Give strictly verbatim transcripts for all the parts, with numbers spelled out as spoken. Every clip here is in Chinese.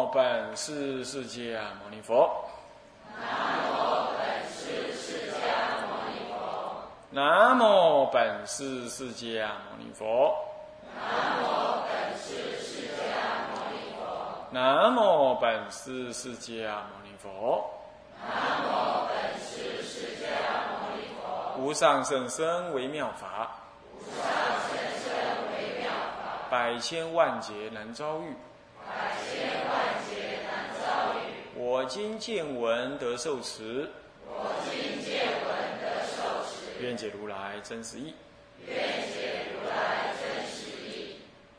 目本师释迦牟尼佛。 南无本师释迦牟尼佛。 南无本师释迦牟尼佛。 南无本师释迦牟尼佛。 南无本师释迦牟尼佛。 南无本师释迦牟尼佛。 无上甚深微妙法， 无上甚深微妙法， 百千万劫难遭遇。 百千万劫难遭遇。 我今见闻得受持， 我今见闻得受持， 愿解如来真实义。 愿解如来真实义。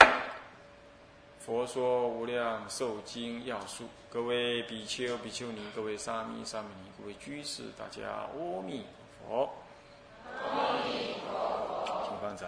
佛说无量寿经要素，各位比丘、比丘尼，各位沙弥、沙弥尼，各位居士，大家阿弥陀佛。 阿弥陀佛。 请放掌。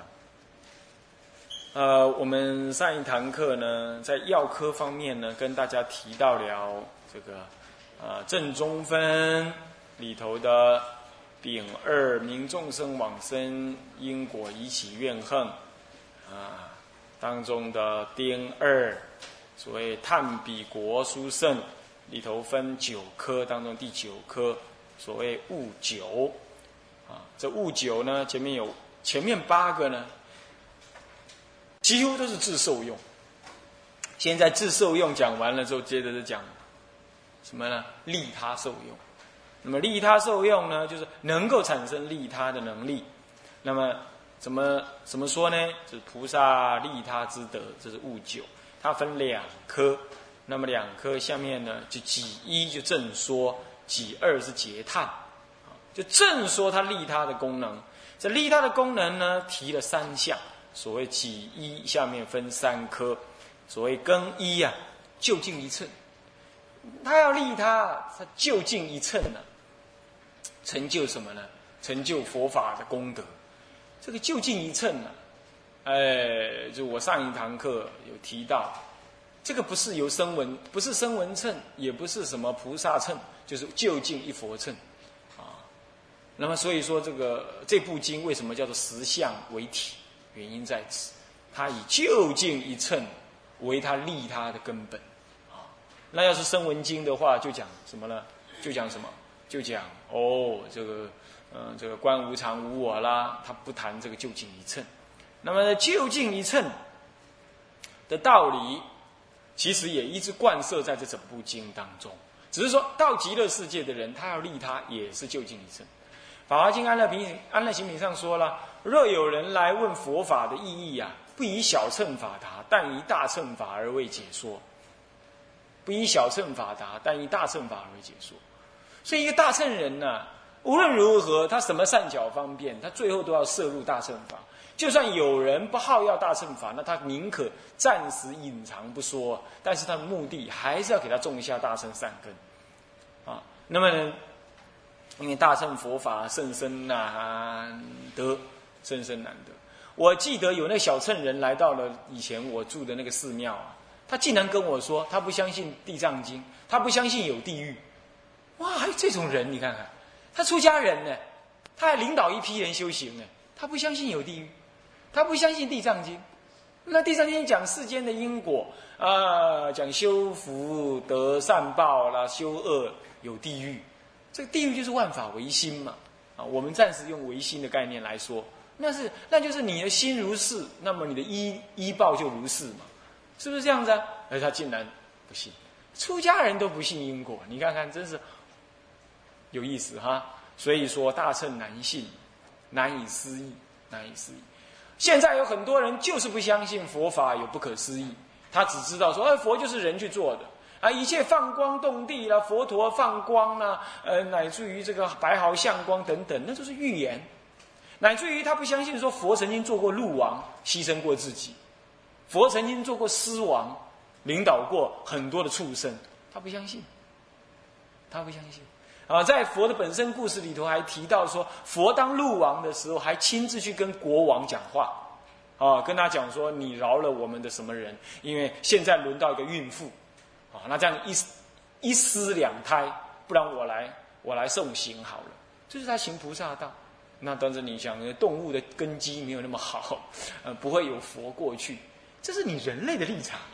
呃，我们上一堂课呢，在药科方面呢，跟大家提到了这个呃正中分里头的丙二名众生往生因果已起怨恨啊，当中的丁二所谓探比国殊胜里头分九科，当中第九科所谓物九啊，这物九呢，前面有前面八个呢。几乎都是自受用。现在自受用讲完了之后，接着是讲什么呢？利他受用。那么利他受用呢，就是能够产生利他的能力。那么怎么怎么说呢？就是菩萨利他之德，这是物九。它分两科，那么两科下面呢，就己一就正说，己二是结叹。就正说它利他的功能。这利他的功能呢，提了三项。所谓己一下面分三科，所谓更一啊，就近一乘。他要利他，他就近一乘呢、啊，成就什么呢？成就佛法的功德。这个就近一乘呢、啊，哎，就我上一堂课有提到，这个不是由声闻，不是声闻乘，也不是什么菩萨乘，就是就近一佛乘啊。那么所以说，这个这部经为什么叫做实相为体？原因在此，他以就近一乘为他利他的根本啊。那要是声闻经的话，就讲什么呢？就讲什么？就讲哦，这个嗯、呃，这个观无常无我啦，他不谈这个就近一乘。那么就近一乘的道理，其实也一直贯彻在这整部经当中。只是说到极乐世界的人，他要利他，也是就近一乘。法华经安乐品安乐行品上说了，若有人来问佛法的意义啊，不以小乘法答，但以大乘法而为解说。不以小乘法答，但以大乘法而为解说。所以一个大乘人呢、啊，无论如何，他什么善巧方便，他最后都要摄入大乘法。就算有人不好要大乘法，那他宁可暂时隐藏不说，但是他的目的还是要给他种下大乘善根啊。那么呢？因为大乘佛法甚深难得，甚深难得。我记得有那个小乘人来到了以前我住的那个寺庙啊，他竟然跟我说，他不相信地藏经，他不相信有地狱。哇，还有这种人，你看看，他出家人呢，他还领导一批人修行呢，他不相信有地狱，他不相信地藏经。那地藏经讲世间的因果啊，讲修福得善报啦，修恶有地狱。这个地狱就是万法唯心嘛，啊，我们暂时用唯心的概念来说，那是那就是你的心如是，那么你的依依报就如是嘛，是不是这样子啊？而他竟然不信，出家人都不信因果，你看看真是有意思哈。所以说大乘难信，难以思议，难以思议。现在有很多人就是不相信佛法有不可思议，他只知道说，哎，佛就是人去做的。啊，一切放光动地啦，佛陀放光啦，呃，乃至于这个白毫相光等等，那都是预言。乃至于他不相信说佛曾经做过鹿王，牺牲过自己；佛曾经做过狮王，领导过很多的畜生，他不相信。他不相信。啊，在佛的本身故事里头还提到说，佛当鹿王的时候，还亲自去跟国王讲话，啊，跟他讲说，你饶了我们的什么人？因为现在轮到一个孕妇。啊，那这样一一尸两胎，不然我来我来送行好了，这是他行菩萨道。那但是你想，动物的根基没有那么好，呃，不会有佛过去，这是你人类的立场。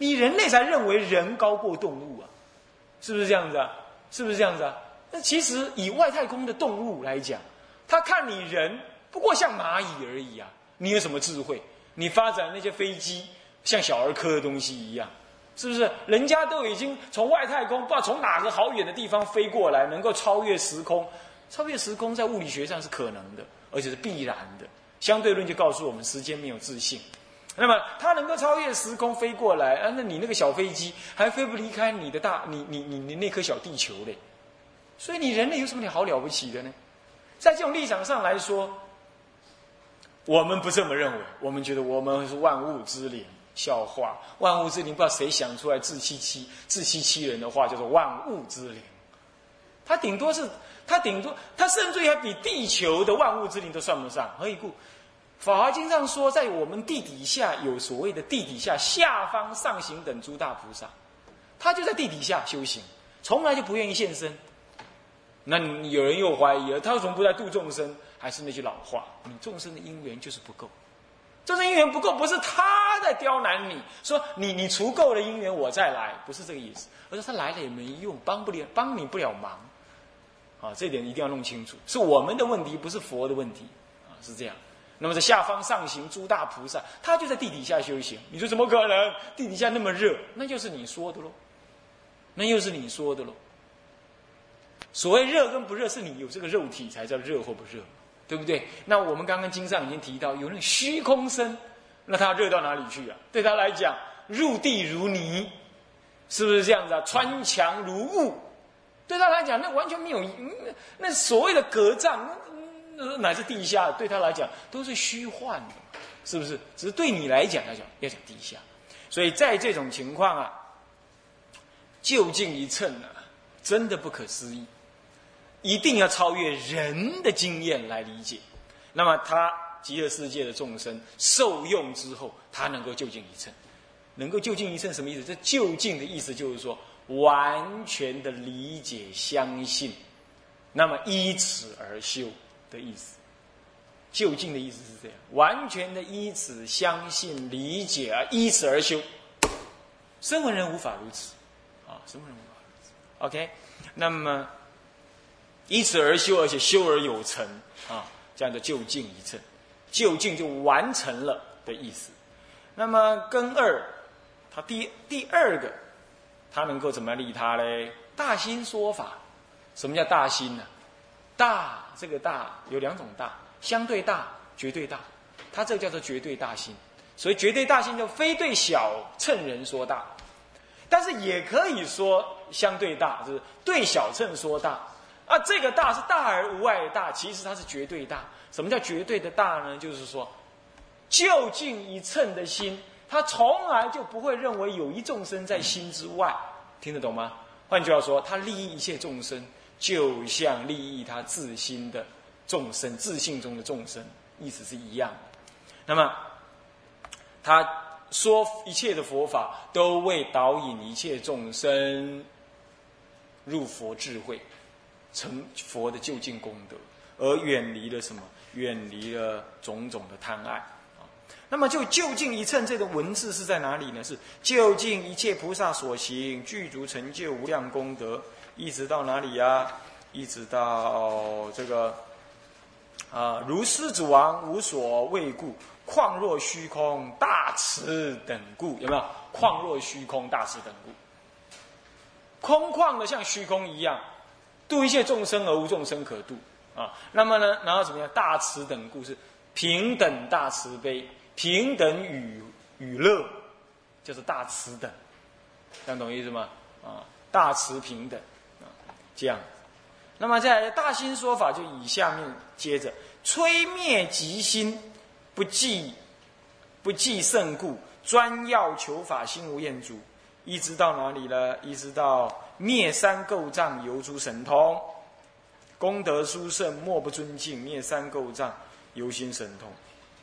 你人类才认为人高过动物啊，是不是这样子啊？是不是这样子啊？那其实以外太空的动物来讲，他看你人不过像蚂蚁而已啊，你有什么智慧？你发展那些飞机像小儿科的东西一样，是不是？人家都已经从外太空不知道从哪个好远的地方飞过来，能够超越时空。超越时空在物理学上是可能的，而且是必然的。相对论就告诉我们，时间没有自性。那么它能够超越时空飞过来，啊，那你那个小飞机还飞不离开你的大你你你你那颗小地球嘞。所以你人类有什么好了不起的呢？在这种立场上来说，我们不这么认为。我们觉得我们是万物之灵，笑话，万物之灵不知道谁想出来自欺欺自欺欺人的话，叫做万物之灵。它顶多是，它顶多，它甚至于还比地球的万物之灵都算不上。何以故？《法华经》上说，在我们地底下有所谓的地底下下方上行等诸大菩萨，他就在地底下修行，从来就不愿意现身。那你有人又怀疑了，他为什么不在度众生？还是那句老话，你众生的因缘就是不够。众生因缘不够，不是他在刁难你，说你你除够了因缘我再来，不是这个意思，而是他来了也没用，帮不了，帮你不了忙。啊，这点一定要弄清楚，是我们的问题，不是佛的问题啊，是这样。那么在下方上行诸大菩萨，他就在地底下修行。你说怎么可能？地底下那么热，那就是你说的咯，那又是你说的咯。所谓热跟不热，是你有这个肉体才叫热或不热，对不对？那我们刚刚经上已经提到，有那个虚空身，那他热到哪里去啊？对他来讲，入地如泥，是不是这样子啊？穿墙如雾。对他来讲，那完全没有，那所谓的隔障，乃至地下，对他来讲都是虚幻的，是不是？只是对你来讲来讲，要讲地下。所以在这种情况啊，就近一乘啊，真的不可思议，一定要超越人的经验来理解。那么他极乐世界的众生受用之后，他能够就近一乘，能够就近一乘什么意思？这就近的意思就是说，完全的理解相信，那么依此而修的意思。就近的意思是这样，完全的依此相信理解而依此而修。声闻人无法如此啊，声闻人无法如此。OK， 那么依此而修，而且修而有成啊，这样的就近一乘，就近就完成了的意思。那么根二，它第第二个。他能够怎么利他嘞？大心说法。什么叫大心呢、啊？大这个大有两种大，相对大、绝对大。他这个叫做绝对大心。所以绝对大心就非对小乘人说大，但是也可以说相对大，就是对小乘说大。啊，这个大是大而无碍的大，其实它是绝对大。什么叫绝对的大呢？就是说，就近一乘的心。他从来就不会认为有一众生在心之外，听得懂吗？换句话说，他利益一切众生，就像利益他自心的众生，自性中的众生，意思是一样的。那么，他说一切的佛法都为导引一切众生入佛智慧，成佛的究竟功德，而远离了什么？远离了种种的贪爱。那么就究竟一乘这个文字是在哪里呢？是究竟一切菩萨所行，具足成就无量功德，一直到哪里呀、啊？一直到这个啊，如狮子王无所畏故，况若虚空大慈等故，有没有？况若虚空大慈等故，空旷的像虚空一样，度一切众生而无众生可度啊。那么呢，然后怎么样？大慈等故是平等大慈悲。平等与与乐，就是大慈等，这样懂意思吗？啊，大慈平等啊，这样。那么在大心说法就以下面接着，摧灭极心，不计不计胜故，专要求法，心无厌足，一直到哪里呢？一直到灭三垢障，游诸神通，功德殊胜，莫不尊敬，灭三垢障，游心神通。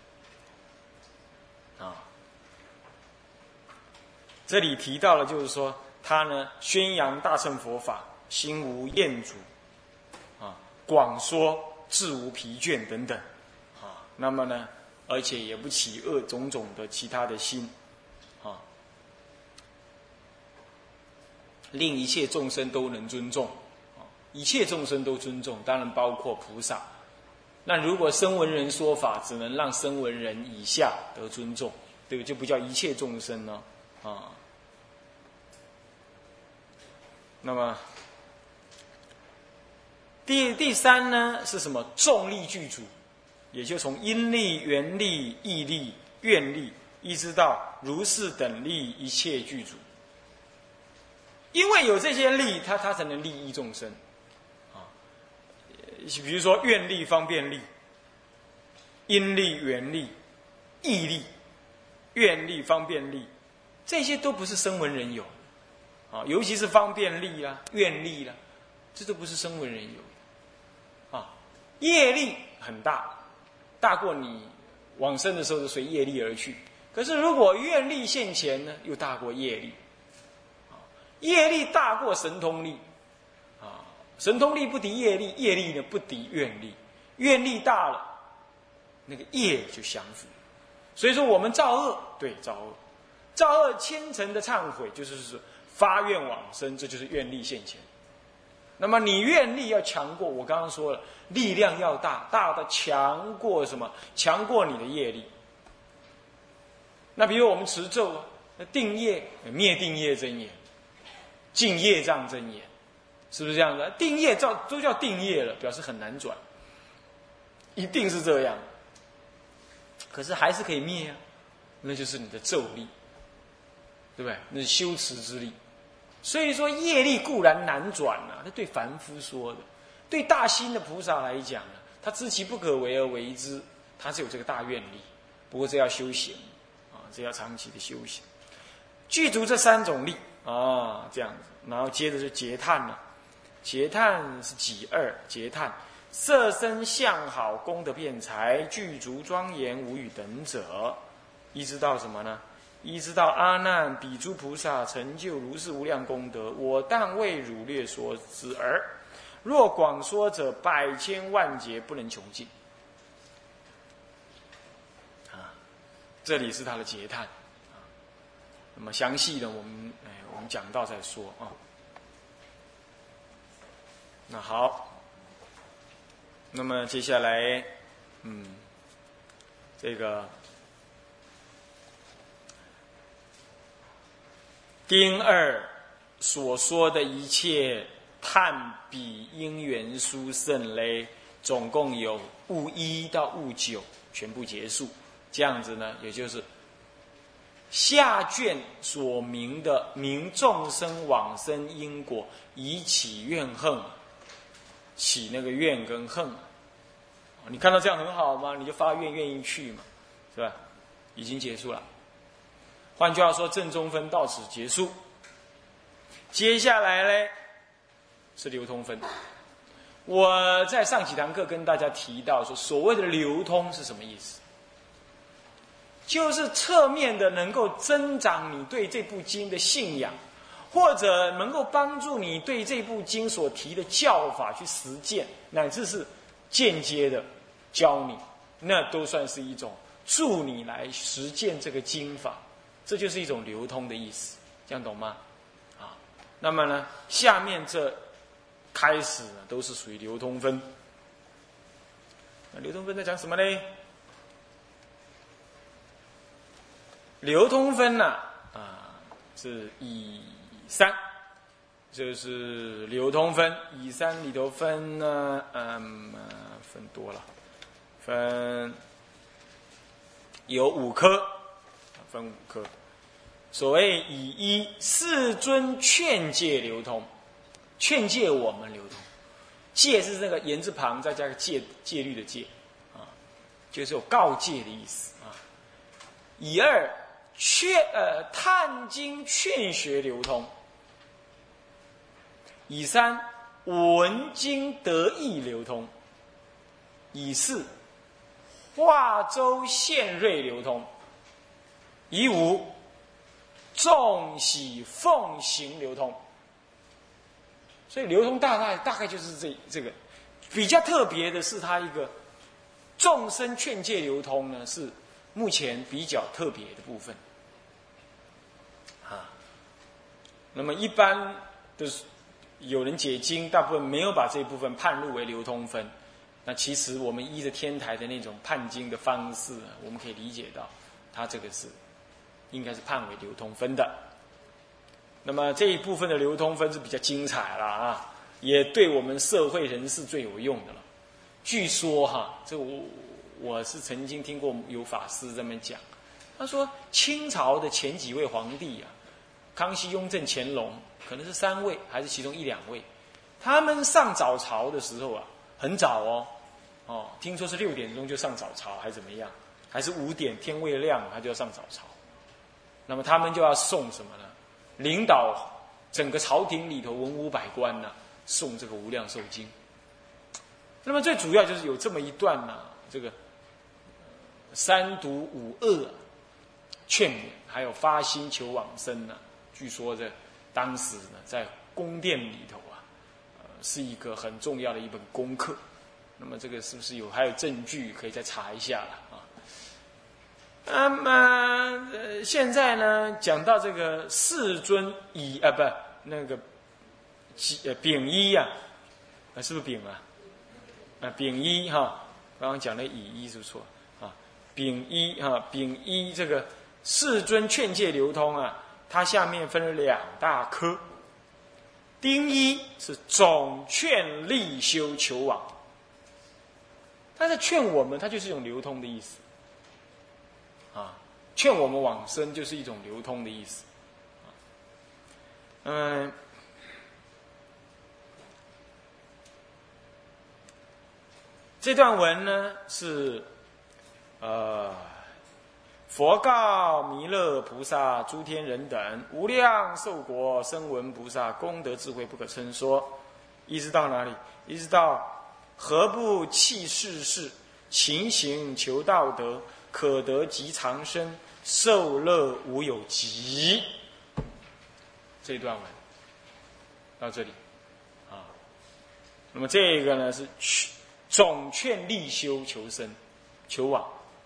啊，这里提到了，就是说他呢宣扬大乘佛法，心无厌足，啊，广说志无疲倦等等，啊，那么呢，而且也不起恶种种的其他的心，啊， 令一切众生都能尊重，一切众生都尊重，当然包括菩萨。那如果声闻人说法，只能让声闻人以下得尊重，对不对？就不叫一切众生呢，啊。那么第第三呢是什么？众力具足，也就从因力、缘力、义力、愿力，一直到如是等力，一切具足。因为有这些力，他他才能利益众生，啊，比如说愿力、方便力、因力、缘力、义力、愿力、方便力，这些都不是声闻人有的，啊，尤其是方便力啦、愿力啦，这都不是声闻人有的，啊，业力很大，大过你往生的时候是随业力而去。可是如果愿力现前呢，又大过业力。业力大过神通力，啊，神通力不敌业力，业力呢不敌愿力，愿力大了，那个业就降伏。所以说我们造恶，对，造恶，造恶千层的忏悔，就是说发愿往生，这就是愿力现前。那么你愿力要强过，我刚刚说了，力量要大，大的强过什么？强过你的业力。那比如我们持咒啊，定业灭定业真言。净业障真言，是不是这样的？定业照都叫定业了，表示很难转，一定是这样。可是还是可以灭啊，那就是你的咒力，对不对？那是修持之力。所以说业力固然难转啊，那对凡夫说的，对大心的菩萨来讲呢，他知其不可为而为之，他是有这个大愿力。不过这要修行啊，这要长期的修行，具足这三种力。啊，这样子，然后接着就结叹了。结叹是己二，结叹色身相好，功德辩才，具足庄严，无与等者。一直到什么呢？一直到阿难，彼诸菩萨成就如是无量功德，我但为汝略说之耳。若广说者，百千万劫不能穷尽。啊，这里是他的结叹。啊，那么详细的我们哎。我们讲到再说啊。那好，那么接下来，嗯，这个丁二所说的一切叹比因缘殊胜类，总共有戊一到戊九，全部结束。这样子呢，也就是下卷所明的明众生往生因果，以起怨恨，起那个怨跟恨。你看到这样很好吗？你就发愿愿意去嘛，是吧？已经结束了。换句话说，正中分到此结束。接下来呢是流通分。我在上几堂课跟大家提到说，所谓的流通是什么意思？就是侧面的能够增长你对这部经的信仰，或者能够帮助你对这部经所提的教法去实践，乃至是间接的教你，那都算是一种助你来实践这个经法，这就是一种流通的意思，这样懂吗？啊，那么呢，下面这开始呢都是属于流通分。那流通分在讲什么呢？流通分呢、啊，啊，是乙三，就是流通分。乙三里头分呢，嗯，分多了，分有五科，分五科。所谓乙一，世尊劝诫流通，劝诫我们流通。戒是那个言字旁再加个戒戒律的戒，啊，就是有告诫的意思啊。乙二。劝呃探经劝学流通，以三闻经得意流通，以四化州献瑞流通，以五众喜奉行流通。所以流通大概大概就是这这个，比较特别的是它一个众生劝诫流通呢，是目前比较特别的部分。啊，那么一般都是有人解经，大部分没有把这一部分判入为流通分。那其实我们依着天台的那种判经的方式，我们可以理解到，它这个是应该是判为流通分的。那么这一部分的流通分是比较精彩了啊，也对我们社会人士最有用的了。据说哈，这我我是曾经听过有法师这么讲，他说清朝的前几位皇帝啊，康熙、雍正、乾隆，可能是三位还是其中一两位，他们上早朝的时候啊，很早哦。哦，听说是六点钟就上早朝，还怎么样？还是五点天未亮他就要上早朝？那么他们就要送什么呢？领导整个朝廷里头文武百官呢、啊，送这个无量寿经。那么最主要就是有这么一段呢、啊，这个三毒五恶、啊、劝勉，还有发心求往生呢、啊。据说这当时呢，在宫殿里头啊，呃，是一个很重要的一本功课。那么这个是不是有还有证据可以再查一下了啊？那么、呃、现在呢，讲到这个世尊以啊不那个呃丙一呀、啊，是不是丙啊？啊丙一哈，刚刚讲的乙一是不是错啊？丙一哈，丙一这个世尊劝诫流通啊，它下面分了两大科。丁一是总劝力修求往。他在劝我们，它就是一种流通的意思，啊，劝我们往生就是一种流通的意思，嗯，这段文呢是，呃，佛告弥勒菩萨、诸天人等，无量寿国声闻菩萨功德智慧不可称说，一直到哪里？一直到。何不弃世事，勤行求道德，可得极长生，受乐无有极。这段文到这里啊，那么这个呢是总劝力修求生求往。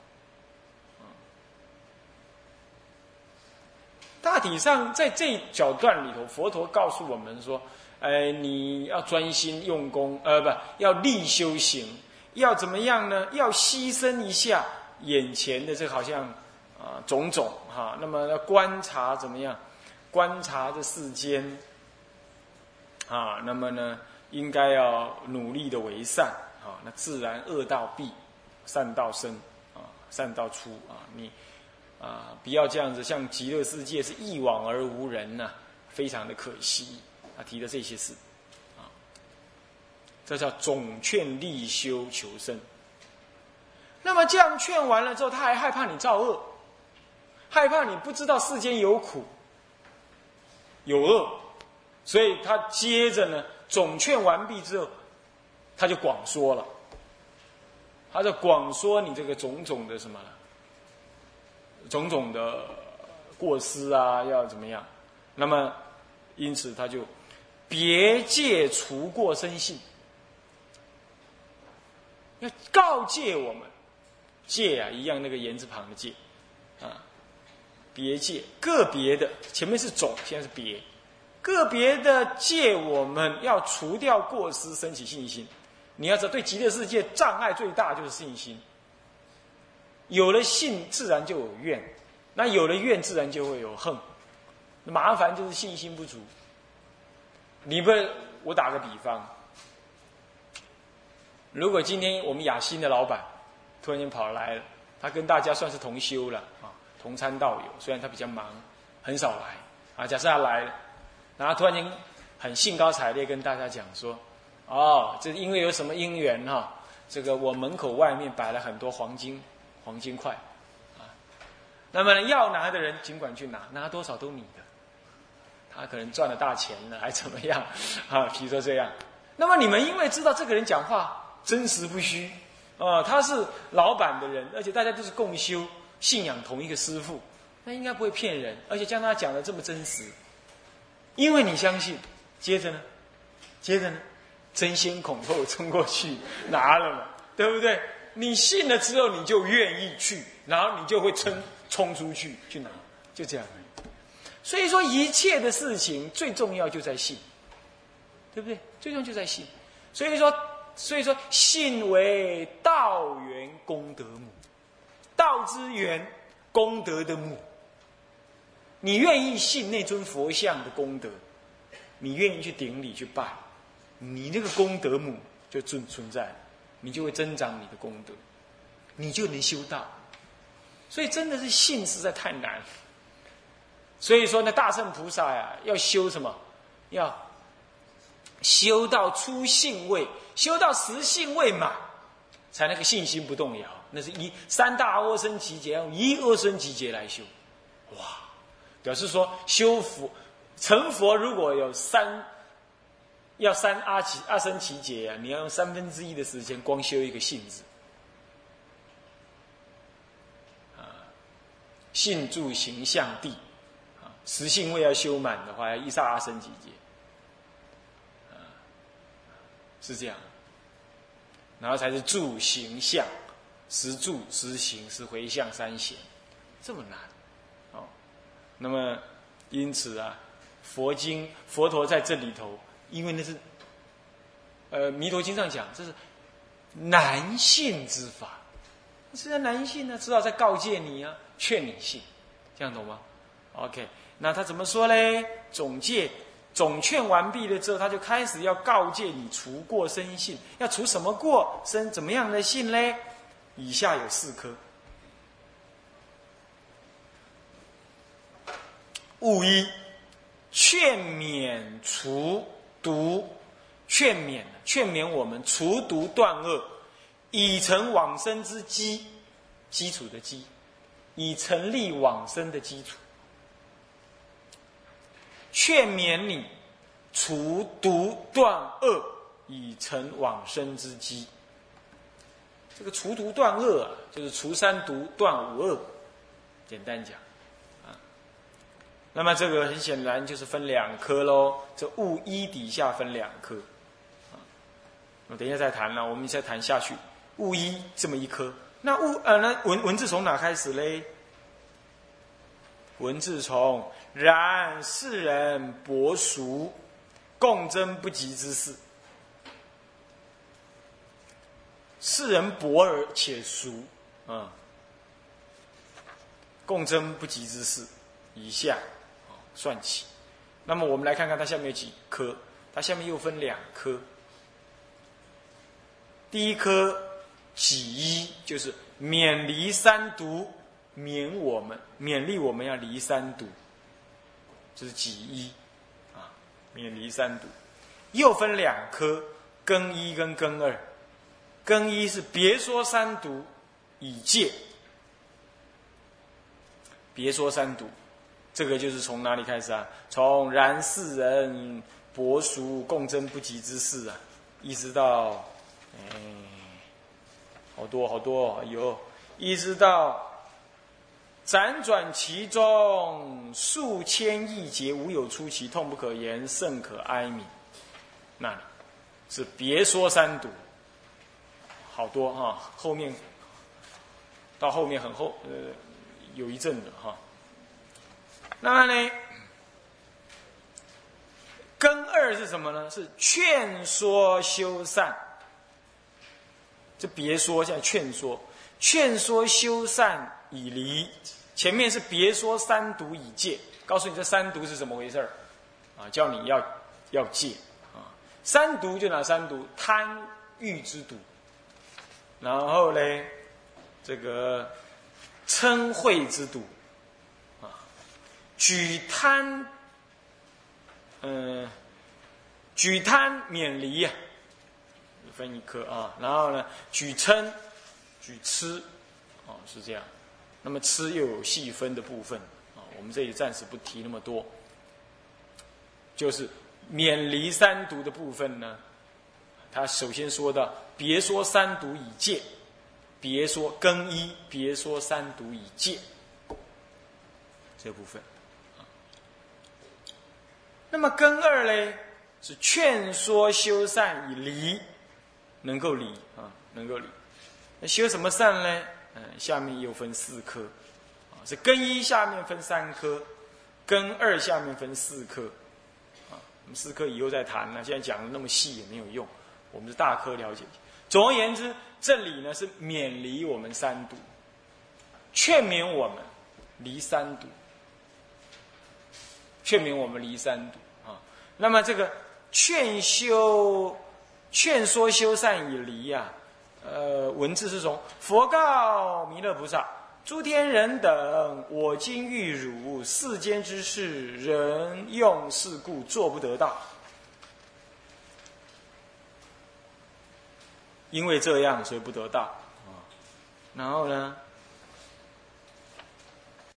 大体上在这一小段里头，佛陀告诉我们说。哎，你要专心用功，呃，不要力修行，要怎么样呢？要牺牲一下眼前的这好像啊、呃、种种哈，那么要观察怎么样？观察这世间啊，那么呢，应该要努力的为善啊，那自然恶道避，善道生啊，善道出啊，你啊不要这样子，像极乐世界是一往而无人呐、啊，非常的可惜。他提的这些事，啊，这叫总劝力修求生。那么这样劝完了之后，他还害怕你造恶，害怕你不知道世间有苦有恶，所以他接着呢，总劝完毕之后，他就广说了，他就广说你这个种种的什么，种种的过失啊，要怎么样？那么因此他就。别戒除过生性，要告诫我们，戒啊，一样那个言字旁的戒，啊，别戒，个别的，前面是总，现在是别，个别的戒我们要除掉过失，升起信心。你要知道，对极乐世界障碍最大就是信心。有了信，自然就有怨；那有了怨，自然就会有恨。麻烦就是信心不足。你不，我打个比方，如果今天我们雅欣的老板突然间跑来了，他跟大家算是同修了啊，同参道友，虽然他比较忙，很少来啊。假设他来了，然后突然间很兴高采烈跟大家讲说，哦，这因为有什么因缘哈、啊，这个我门口外面摆了很多黄金黄金块啊，那么呢要拿的人尽管去拿，拿多少都你的。他可能赚了大钱了，还怎么样啊？比如说这样，那么你们因为知道这个人讲话真实不虚，啊、呃，他是老板的人，而且大家都是共修，信仰同一个师父，那应该不会骗人，而且将他讲的这么真实，因为你相信，接着呢，接着呢，争先恐后冲过去拿了嘛，对不对？你信了之后，你就愿意去，然后你就会冲冲出去去拿，就这样。所以说，一切的事情最重要就在信， 对不对？最重要就在信。所以说，所以说，信为道源功德母，道之源，功德的母。你愿意信那尊佛像的功德，你愿意去顶礼去拜，你那个功德母就存存在，你就会增长你的功德，你就能修道。所以真的是信实在太难。所以说呢，大乘菩萨呀，要修什么？要修到出信位，修到实信未满，才那个信心不动摇。那是以三大阿僧祇劫，用一阿僧祇劫来修。哇，表示说修佛成佛，如果有三要三阿祇阿僧祇劫啊，你要用三分之一的时间光修一个信字。啊，信住行相地。实性位要修满的话，要一刹阿僧祇劫，啊，是这样。然后才是住行相，实住实行实回向三贤，这么难，哦。那么因此啊，佛经佛陀在这里头，因为那是，呃，弥陀经上讲，这是难信之法。实际上难信呢，只好在告诫你啊，劝你信，这样懂吗 ？OK。那他怎么说嘞？总戒总劝完毕了之后，他就开始要告诫你除过生信，要除什么过？生怎么样的信嘞？以下有四科。务一，劝勉除毒，劝勉劝勉我们除毒断恶，以成往生之基，基础的基，以成立往生的基础。劝勉你除毒断恶，以成往生之基。这个除毒断恶啊，就是除三毒断五恶，简单讲啊。那么这个很显然就是分两科喽。这务一底下分两科啊，我等一下再谈了，我们再谈下去。务一这么一科，那务呃那文文字从哪开始嘞？文字从然世人薄俗，共争不及之事。世人薄而且俗，嗯，共争不及之事，以下算起。那么我们来看看它下面有几科，它下面又分两科。第一科己一，就是免离三毒。勉我们，勉励我们要离三毒，这是己一啊，免离三毒。又分两科，庚一跟庚二。庚一是别说三毒以戒，别说三毒，这个就是从哪里开始啊？从然世人薄俗共争不及之事啊，一直到，哎，好多好多有，一直到。辗转其中，数千亿劫，无有出奇，痛不可言，甚可哀悯。那是别说三毒，好多哈、啊，后面到后面很后，呃，有一阵子哈、啊。那么呢，庚二是什么呢？是劝说修善。这别说，现在劝说，劝说修善。以离，前面是别说三毒以戒，告诉你这三毒是怎么回事儿，啊，叫你要要戒啊。三毒就哪三毒？贪欲之毒，然后呢，这个嗔恚之毒，啊，举贪，嗯、呃，举贪免离啊，分一科啊。然后呢，举嗔，举痴，啊，是这样。那么吃又有细分的部分啊，我们这里暂时不提那么多。就是免离三毒的部分呢，他首先说到别说三毒以戒，别说庚一，别说三毒以戒这部分。那么庚二呢，是劝说修善以离，能够离啊，能够离。那修什么善呢？嗯，下面又分四科，啊，是庚一下面分三科，庚二下面分四科，啊， 们四科以后再谈呢，现在讲的那么细也没有用，我们是大科了解。总而言之，这里呢是免离我们三毒，劝勉我们离三毒，劝勉我们离三毒啊。那么这个劝修、劝说修善以离啊，呃，文字是从佛告弥勒菩萨。诸天人等，我今欲汝世间之事，人用事故做不得到。因为这样，所以不得到啊。然后呢，